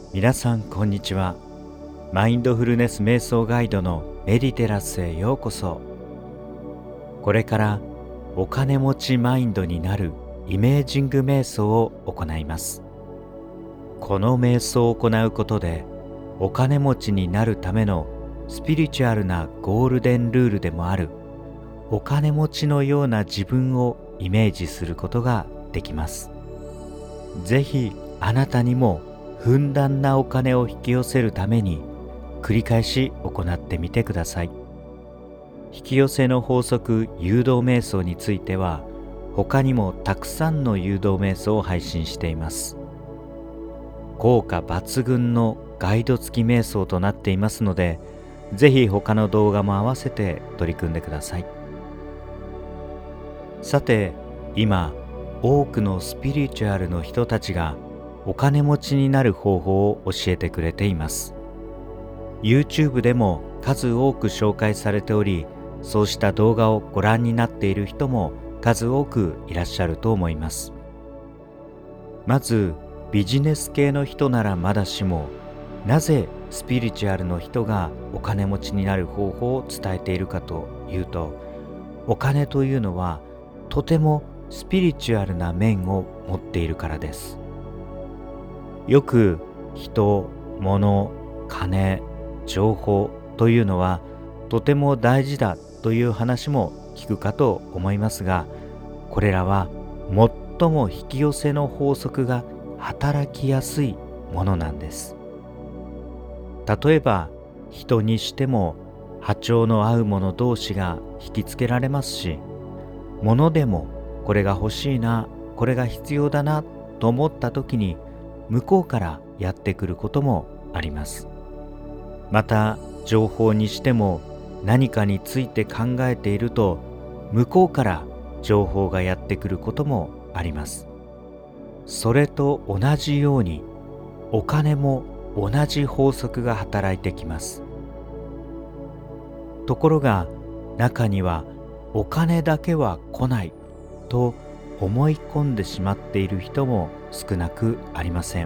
皆さんこんにちは。マインドフルネス瞑想ガイドのメディテラスへようこそ。これからお金持ちマインドになるイメージング瞑想を行います。この瞑想を行うことでお金持ちになるためのスピリチュアルなゴールデンルールでもあるお金持ちのような自分をイメージすることができます。ぜひあなたにもふんだんなお金を引き寄せるために繰り返し行ってみてください。引き寄せの法則誘導瞑想については他にもたくさんの誘導瞑想を配信しています。効果抜群のガイド付き瞑想となっていますので、ぜひ他の動画も合わせて取り組んでください。さて、今多くのスピリチュアルの人たちがお金持ちになる方法を教えてくれています。YouTube でも数多く紹介されており、そうした動画をご覧になっている人も数多くいらっしゃると思います。まずビジネス系の人ならまだしも、なぜスピリチュアルの人がお金持ちになる方法を伝えているかというと、お金というのはとてもスピリチュアルな面を持っているからです。よく人、物、金、情報というのはとても大事だという話も聞くかと思いますが、これらは最も引き寄せの法則が働きやすいものなんです。例えば人にしても波長の合う者同士が引きつけられますし、物でもこれが欲しいな、これが必要だなと思った時に向こうからやってくることもあります。また情報にしても何かについて考えていると向こうから情報がやってくることもあります。それと同じようにお金も同じ法則が働いてきます。ところが中にはお金だけは来ないと思い込んでしまっている人も少なくありません。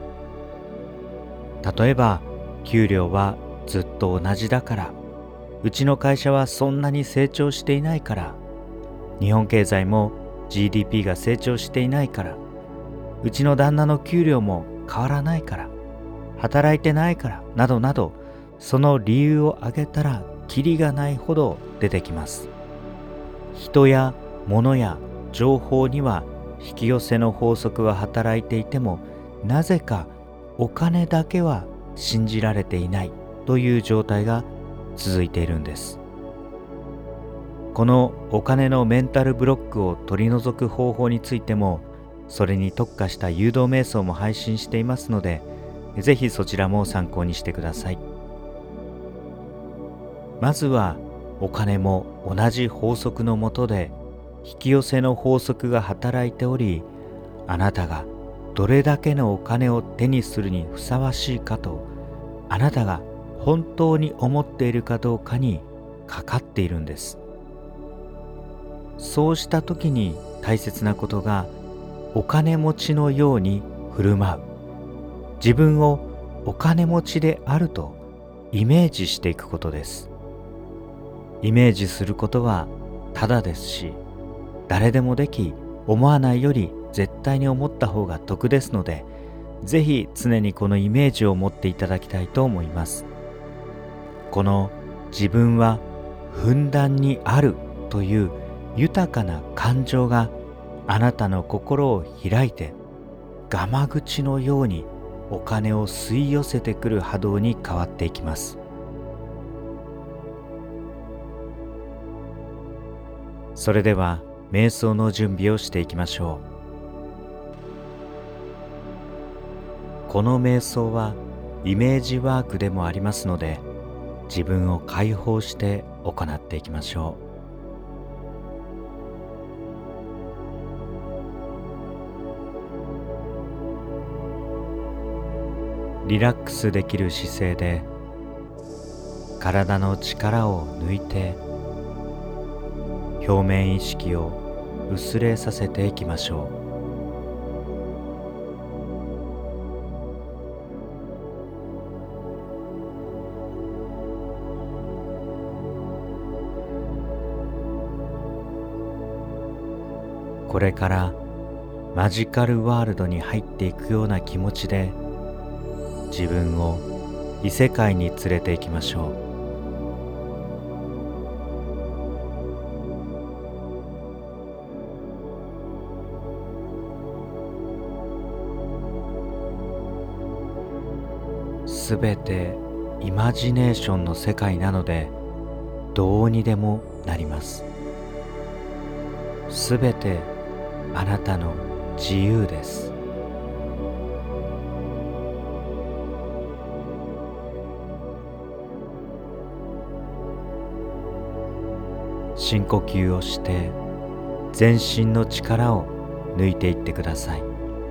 例えば給料はずっと同じだから、うちの会社はそんなに成長していないから、日本経済も GDP が成長していないから、うちの旦那の給料も変わらないから、働いてないからなどなど、その理由を挙げたらキリがないほど出てきます。人や物や情報には引き寄せの法則は働いていても、なぜかお金だけは信じられていないという状態が続いているんです。このお金のメンタルブロックを取り除く方法についても、それに特化した誘導瞑想も配信していますので、ぜひそちらも参考にしてください。まずはお金も同じ法則の下で引き寄せの法則が働いており、あなたがどれだけのお金を手にするにふさわしいかと、あなたが本当に思っているかどうかにかかっているんです。そうした時に大切なことが、お金持ちのように振る舞う、自分をお金持ちであるとイメージしていくことです。イメージすることはただですし、誰でもでき、思わないより絶対に思った方が得ですので、ぜひ常にこのイメージを持っていただきたいと思います。この自分はふんだんにあるという豊かな感情があなたの心を開いて、ガマ口のようにお金を吸い寄せてくる波動に変わっていきます。それでは瞑想の準備をしていきましょう。この瞑想はイメージワークでもありますので、自分を解放して行っていきましょう。リラックスできる姿勢で体の力を抜いて表面意識を薄れさせていきましょこれからマジカルワールドに入っていくような気持ちで自分を異世界に連れて行きましょう。すべてイマジネーションの世界なのでどうにでもなります。すべてあなたの自由です。深呼吸をして全身の力を抜いていってください。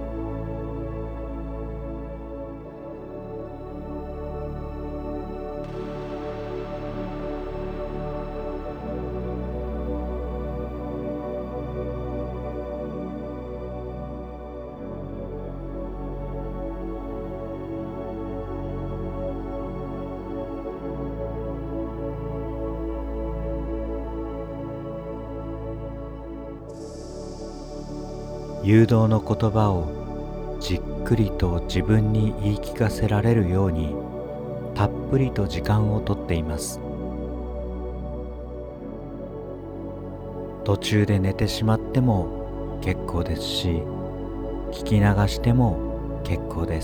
誘導の言葉をじっくりと自分に言い聞かせられるようにたっぷりと時間をとっています。途中で寝てしまっても結構ですし、聞き流しても結構です。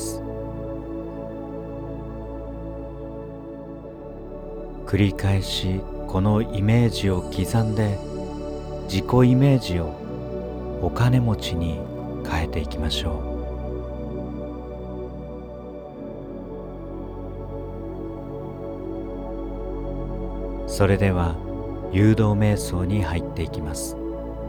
繰り返しこのイメージを刻んで自己イメージをお金持ちに変えていきましょう。それでは誘導瞑想に入っていきます。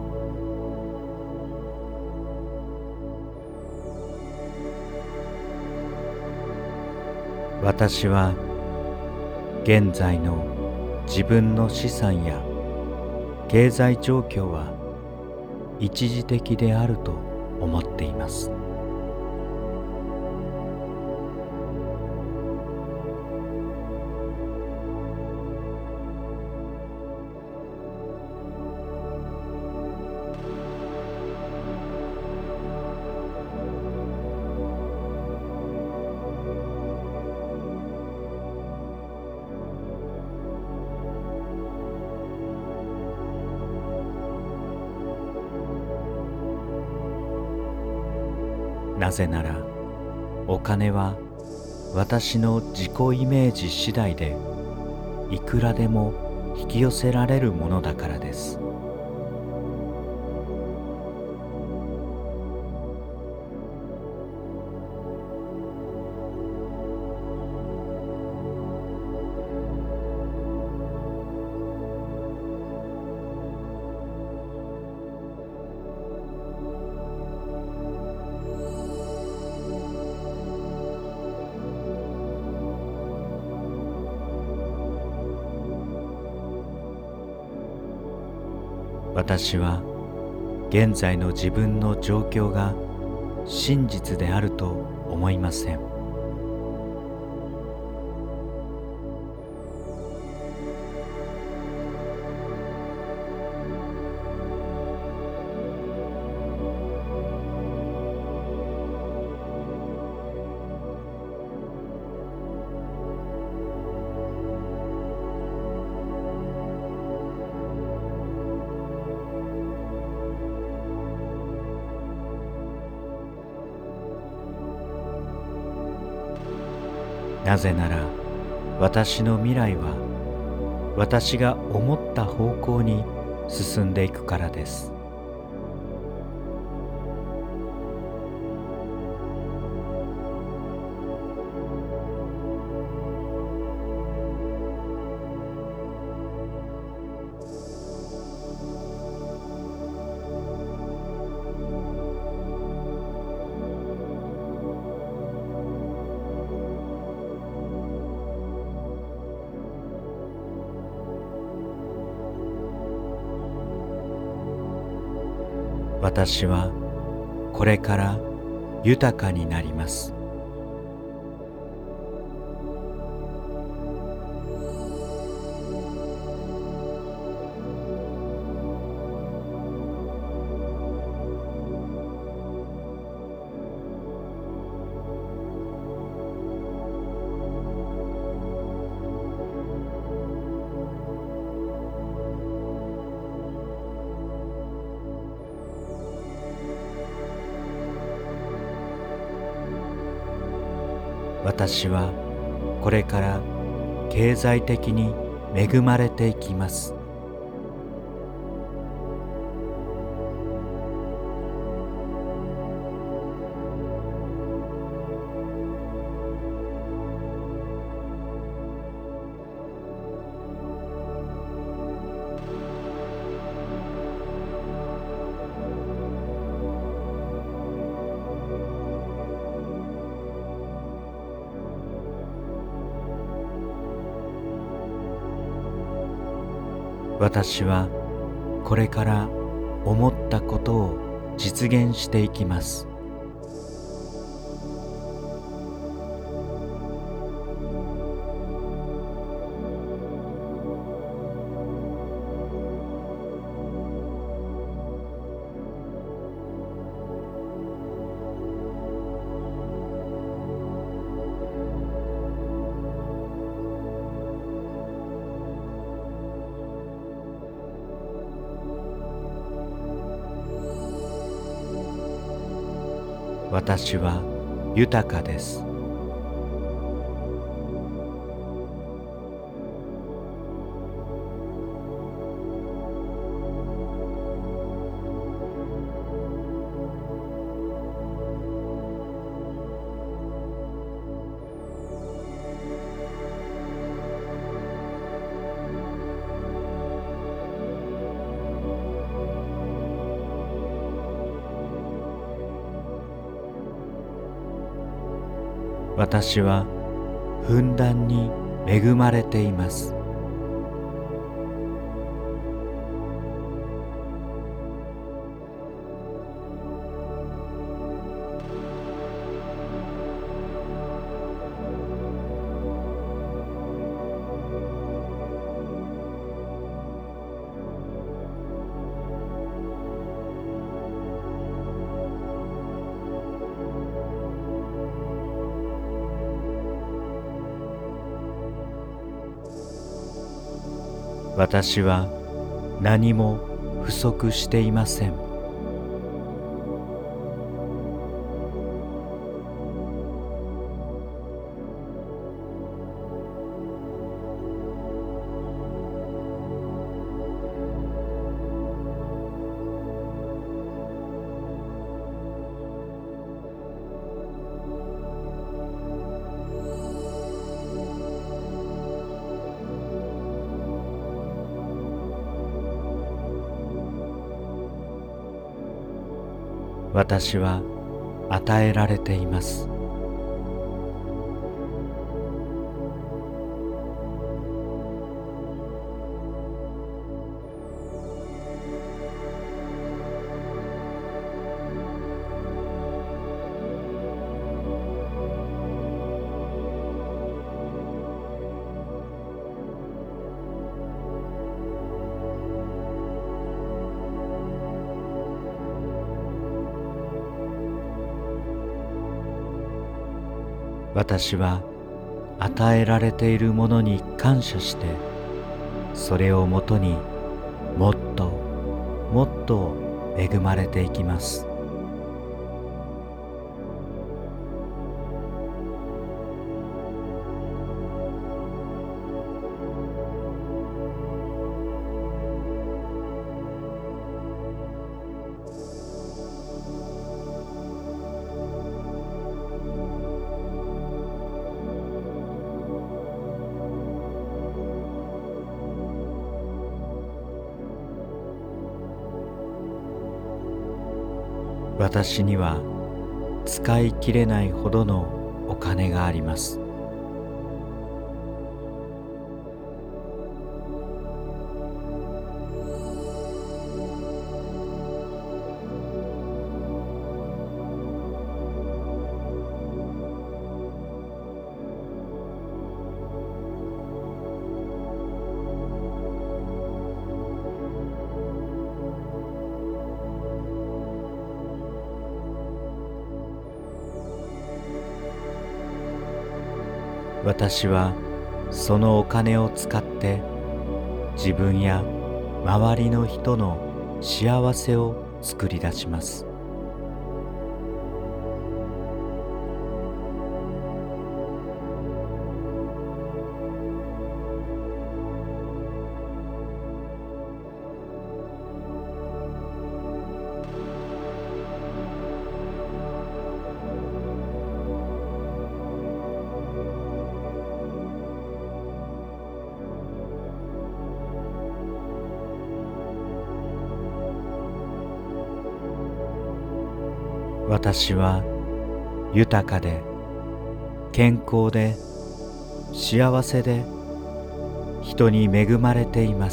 私は現在の自分の資産や経済状況は一時的であると思っています。なぜならお金は私の自己イメージ次第でいくらでも引き寄せられるものだからです。私は現在の自分の状況が真実であると思いません。なぜなら私の未来は私が思った方向に進んでいくからです。私はこれから豊かになります。 私はこれから経済的に恵まれていきます。私はこれから思ったことを実現していきます。私は豊かです。私はふんだんに恵まれています。私は何も不足していません。私は与えられています。私は与えられているものに感謝して、それをもとにもっともっと恵まれていきます。私には使い切れないほどのお金があります。私はそのお金を使って自分や周りの人の幸せを作り出します。 私は豊かで健康で幸せで人に恵まれています。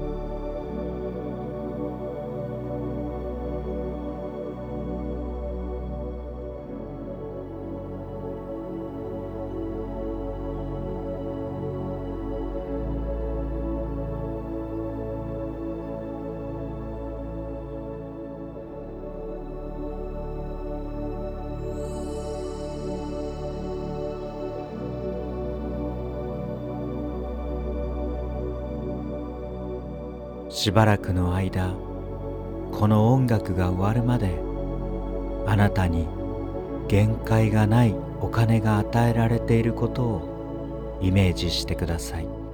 しばらくの間、この音楽が終わるまで、あなたに限界がないお金が与えられていることをイメージしてください。